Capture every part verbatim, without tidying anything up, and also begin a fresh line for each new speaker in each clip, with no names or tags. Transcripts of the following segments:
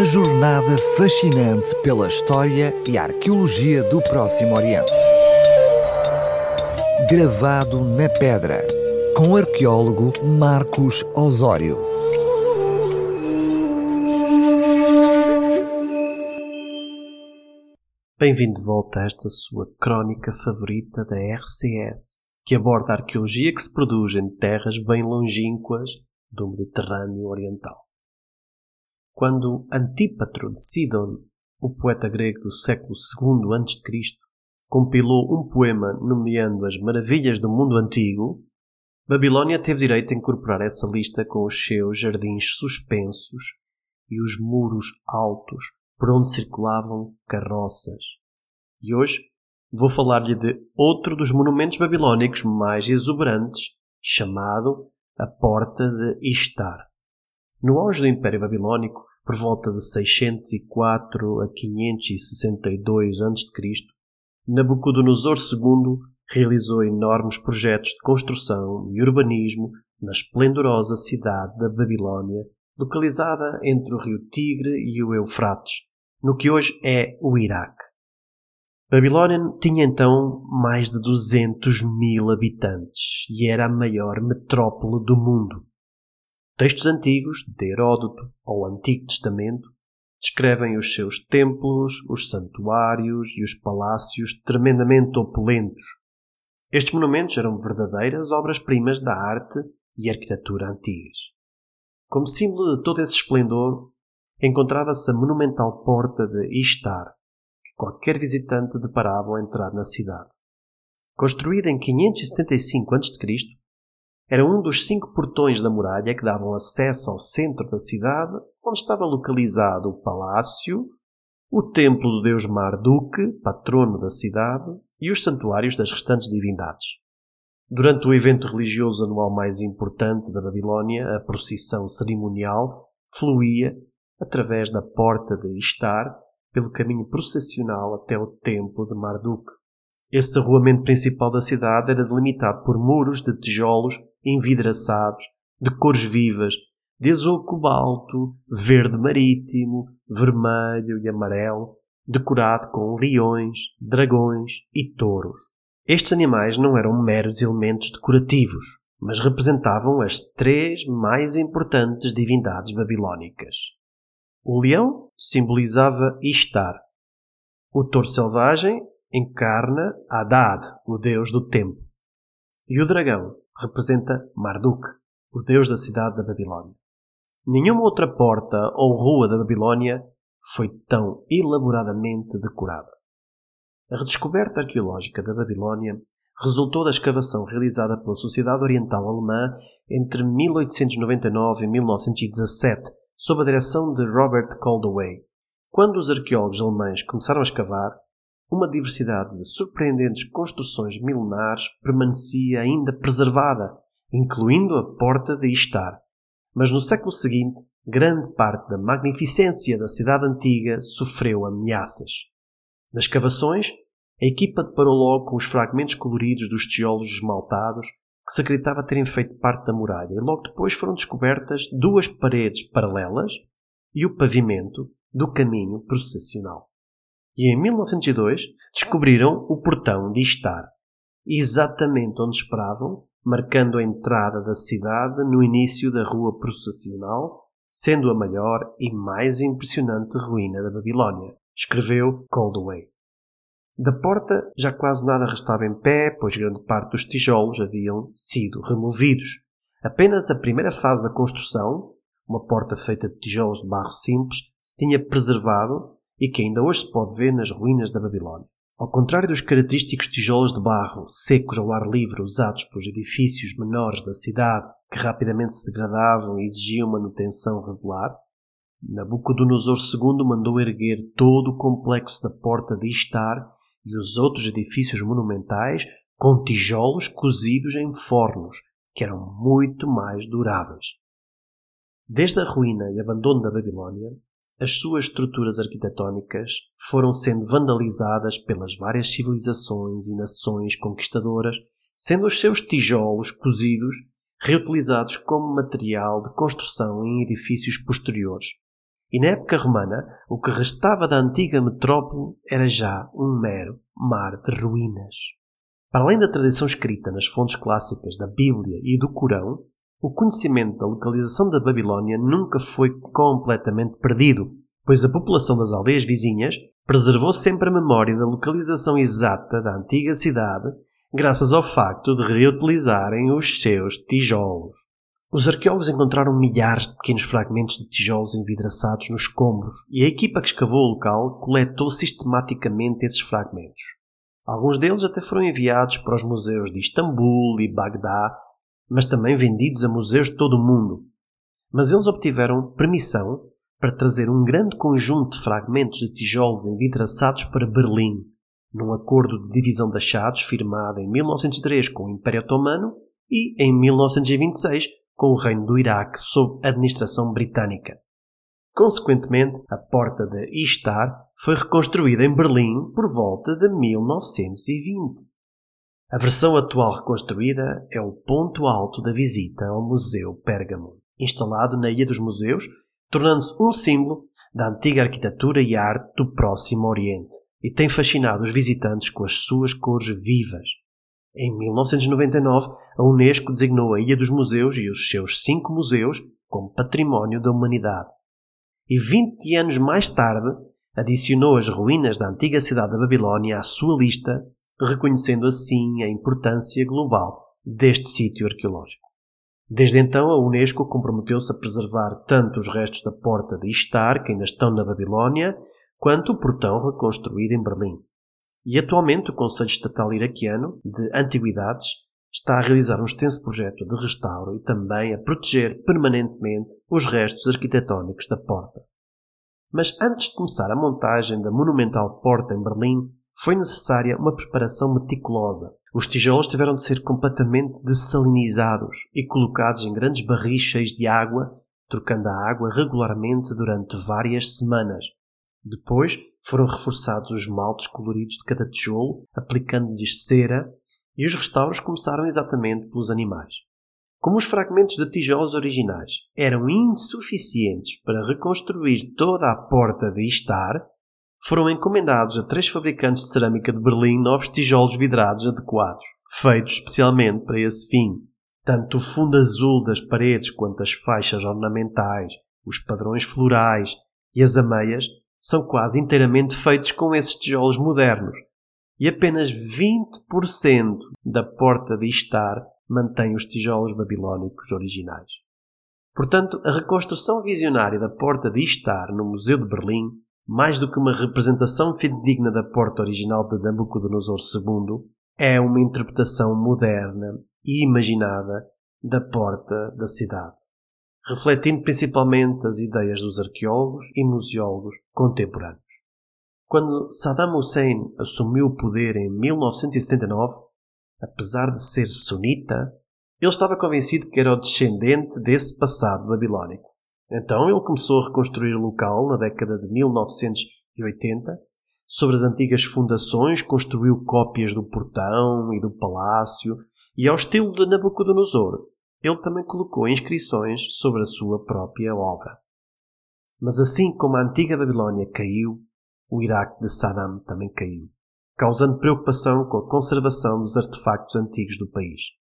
jornada fascinante pela história e arqueologia do Próximo Oriente. Gravado na pedra, com o arqueólogo Marcos Osório.
Bem-vindo de volta a esta sua crónica favorita da R C S, que aborda a arqueologia que se produz em terras bem longínquas do Mediterrâneo Oriental. Quando Antípatro de Sidon, o poeta grego do século segundo antes de Cristo, compilou um poema nomeando as maravilhas do mundo antigo, Babilónia teve direito a incorporar essa lista com os seus jardins suspensos e os muros altos por onde circulavam carroças. E hoje vou falar-lhe de outro dos monumentos babilónicos mais exuberantes, chamado a Porta de Ishtar. No auge do Império Babilónico, por volta de seiscentos e quatro a quinhentos e sessenta e dois antes de Cristo, Nabucodonosor segundo realizou enormes projetos de construção e urbanismo na esplendorosa cidade da Babilónia, localizada entre o rio Tigre e o Eufrates, no que hoje é o Iraque. Babilónia tinha então mais de duzentos mil habitantes e era a maior metrópole do mundo. Textos antigos, de Heródoto ao Antigo Testamento, descrevem os seus templos, os santuários e os palácios tremendamente opulentos. Estes monumentos eram verdadeiras obras-primas da arte e arquitetura antigas. Como símbolo de todo esse esplendor, encontrava-se a monumental Porta de Ishtar, que qualquer visitante deparava ao entrar na cidade. Construída em quinhentos e setenta e cinco antes de Cristo, era um dos cinco portões da muralha que davam acesso ao centro da cidade, onde estava localizado o palácio, o templo do deus Marduk, patrono da cidade, e os santuários das restantes divindades. Durante o evento religioso anual mais importante da Babilónia, a procissão cerimonial fluía através da Porta de Ishtar pelo caminho processional até o templo de Marduk. Esse arruamento principal da cidade era delimitado por muros de tijolos envidraçados, de cores vivas, de azul cobalto, verde marítimo, vermelho e amarelo, decorado com leões, dragões e touros. Estes animais não eram meros elementos decorativos, mas representavam as três mais importantes divindades babilónicas. O leão simbolizava Ishtar. O touro selvagem encarna Hadad, o deus do tempo. E o dragão representa Marduk, o deus da cidade da Babilónia. Nenhuma outra porta ou rua da Babilónia foi tão elaboradamente decorada. A redescoberta arqueológica da Babilónia resultou da escavação realizada pela Sociedade Oriental Alemã entre mil oitocentos e noventa e nove e mil novecentos e dezassete, sob a direção de Robert Koldewey. Quando os arqueólogos alemães começaram a escavar, uma diversidade de surpreendentes construções milenares permanecia ainda preservada, incluindo a Porta de Ishtar. Mas no século seguinte, grande parte da magnificência da cidade antiga sofreu ameaças. Nas escavações, a equipa deparou logo com os fragmentos coloridos dos tijolos esmaltados que se acreditava terem feito parte da muralha, e logo depois foram descobertas duas paredes paralelas e o pavimento do caminho processional. E em mil novecentos e dois descobriram o portão de Ishtar, exatamente onde esperavam, marcando a entrada da cidade no início da rua processional, sendo a maior e mais impressionante ruína da Babilónia, escreveu Koldewey. Da porta já quase nada restava em pé, pois grande parte dos tijolos haviam sido removidos. Apenas a primeira fase da construção, uma porta feita de tijolos de barro simples, se tinha preservado e que ainda hoje se pode ver nas ruínas da Babilónia. Ao contrário dos característicos tijolos de barro secos ao ar livre usados pelos edifícios menores da cidade, que rapidamente se degradavam e exigiam manutenção regular, Nabucodonosor segundo mandou erguer todo o complexo da Porta de Ishtar e os outros edifícios monumentais com tijolos cozidos em fornos, que eram muito mais duráveis. Desde a ruína e abandono da Babilónia, as suas estruturas arquitetónicas foram sendo vandalizadas pelas várias civilizações e nações conquistadoras, sendo os seus tijolos cozidos reutilizados como material de construção em edifícios posteriores, E na época romana, o que restava da antiga metrópole era já um mero mar de ruínas. Para além da tradição escrita nas fontes clássicas da Bíblia e do Corão, o conhecimento da localização da Babilónia nunca foi completamente perdido, pois a população das aldeias vizinhas preservou sempre a memória da localização exata da antiga cidade, graças ao facto de reutilizarem os seus tijolos. Os arqueólogos encontraram milhares de pequenos fragmentos de tijolos envidraçados nos escombros e a equipa que escavou o local coletou sistematicamente esses fragmentos. Alguns deles até foram enviados para os museus de Istambul e Bagdá, mas também vendidos a museus de todo o mundo. Mas eles obtiveram permissão para trazer um grande conjunto de fragmentos de tijolos envidraçados para Berlim, num acordo de divisão de achados firmado em mil novecentos e três com o Império Otomano e em mil novecentos e vinte e seis com o Reino do Iraque sob administração britânica. Consequentemente, a Porta de Ishtar foi reconstruída em Berlim por volta de mil novecentos e vinte. A versão atual reconstruída é o ponto alto da visita ao Museu Pérgamo, instalado na Ilha dos Museus, tornando-se um símbolo da antiga arquitetura e arte do Próximo Oriente e tem fascinado os visitantes com as suas cores vivas. Em mil novecentos e noventa e nove, a Unesco designou a Ilha dos Museus e os seus cinco museus como Património da Humanidade. E vinte anos mais tarde, adicionou as ruínas da antiga cidade da Babilónia à sua lista, reconhecendo assim a importância global deste sítio arqueológico. Desde então, a Unesco comprometeu-se a preservar tanto os restos da Porta de Ishtar, que ainda estão na Babilónia, quanto o portão reconstruído em Berlim. E atualmente o Conselho Estatal Iraquiano de Antiguidades está a realizar um extenso projeto de restauro e também a proteger permanentemente os restos arquitetónicos da porta. Mas antes de começar a montagem da monumental porta em Berlim, foi necessária uma preparação meticulosa. Os tijolos tiveram de ser completamente dessalinizados e colocados em grandes barris cheios de água, trocando a água regularmente durante várias semanas. Depois foram reforçados os esmaltes coloridos de cada tijolo, aplicando-lhes cera, e os restauros começaram exatamente pelos animais. Como os fragmentos de tijolos originais eram insuficientes para reconstruir toda a porta de Ishtar, foram encomendados a três fabricantes de cerâmica de Berlim novos tijolos vidrados adequados, feitos especialmente para esse fim. Tanto o fundo azul das paredes quanto as faixas ornamentais, os padrões florais e as ameias são quase inteiramente feitos com esses tijolos modernos, e apenas vinte por cento da porta de Ishtar mantém os tijolos babilónicos originais. Portanto, a reconstrução visionária da porta de Ishtar no Museu de Berlim, mais do que uma representação fidedigna da porta original de Nabucodonosor segundo, é uma interpretação moderna e imaginada da porta da cidade, refletindo principalmente as ideias dos arqueólogos e museólogos contemporâneos. Quando Saddam Hussein assumiu o poder em mil novecentos e setenta e nove, apesar de ser sunita, ele estava convencido que era o descendente desse passado babilónico. Então ele começou a reconstruir o local na década de mil novecentos e oitenta. Sobre as antigas fundações, construiu cópias do portão e do palácio, e ao estilo de Nabucodonosor, ele também colocou inscrições sobre a sua própria obra. Mas assim como a antiga Babilónia caiu, o Iraque de Saddam também caiu, causando preocupação com a conservação dos artefactos antigos do país.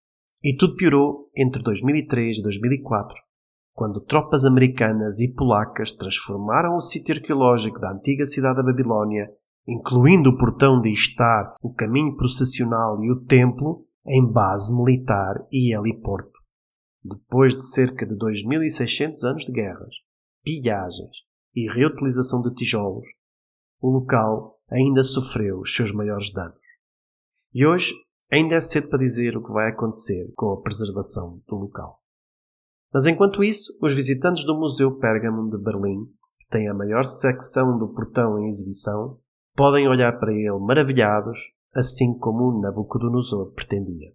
E tudo piorou entre dois mil e três e dois mil e quatro, quando tropas americanas e polacas transformaram o sítio arqueológico da antiga cidade da Babilónia, incluindo o portão de Ishtar, o caminho processional e o templo, em base militar e heliporto. Depois de cerca de dois mil e seiscentos anos de guerras, pilhagens e reutilização de tijolos, o local ainda sofreu os seus maiores danos. E hoje ainda é cedo para dizer o que vai acontecer com a preservação do local. Mas enquanto isso, os visitantes do Museu Pérgamo de Berlim, que tem a maior secção do portão em exibição, podem olhar para ele maravilhados, assim como Nabucodonosor pretendia.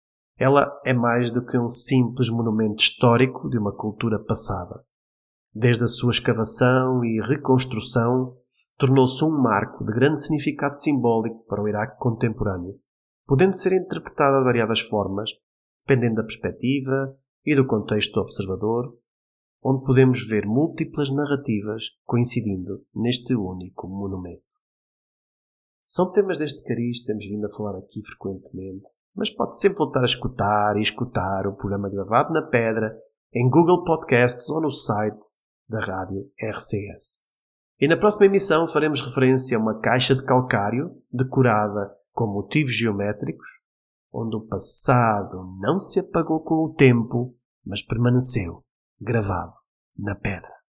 Ela é mais do que um simples monumento histórico de uma cultura passada. Desde a sua escavação e reconstrução, tornou-se um marco de grande significado simbólico para o Iraque contemporâneo, podendo ser interpretada de variadas formas, dependendo da perspectiva e do contexto do observador, onde podemos ver múltiplas narrativas coincidindo neste único monumento. São temas deste cariz que temos vindo a falar aqui frequentemente, mas pode sempre voltar a escutar e escutar o programa gravado na pedra em Google Podcasts ou no site da Rádio R C S. E na próxima emissão faremos referência a uma caixa de calcário decorada com motivos geométricos, onde o passado não se apagou com o tempo, mas permaneceu gravado na pedra.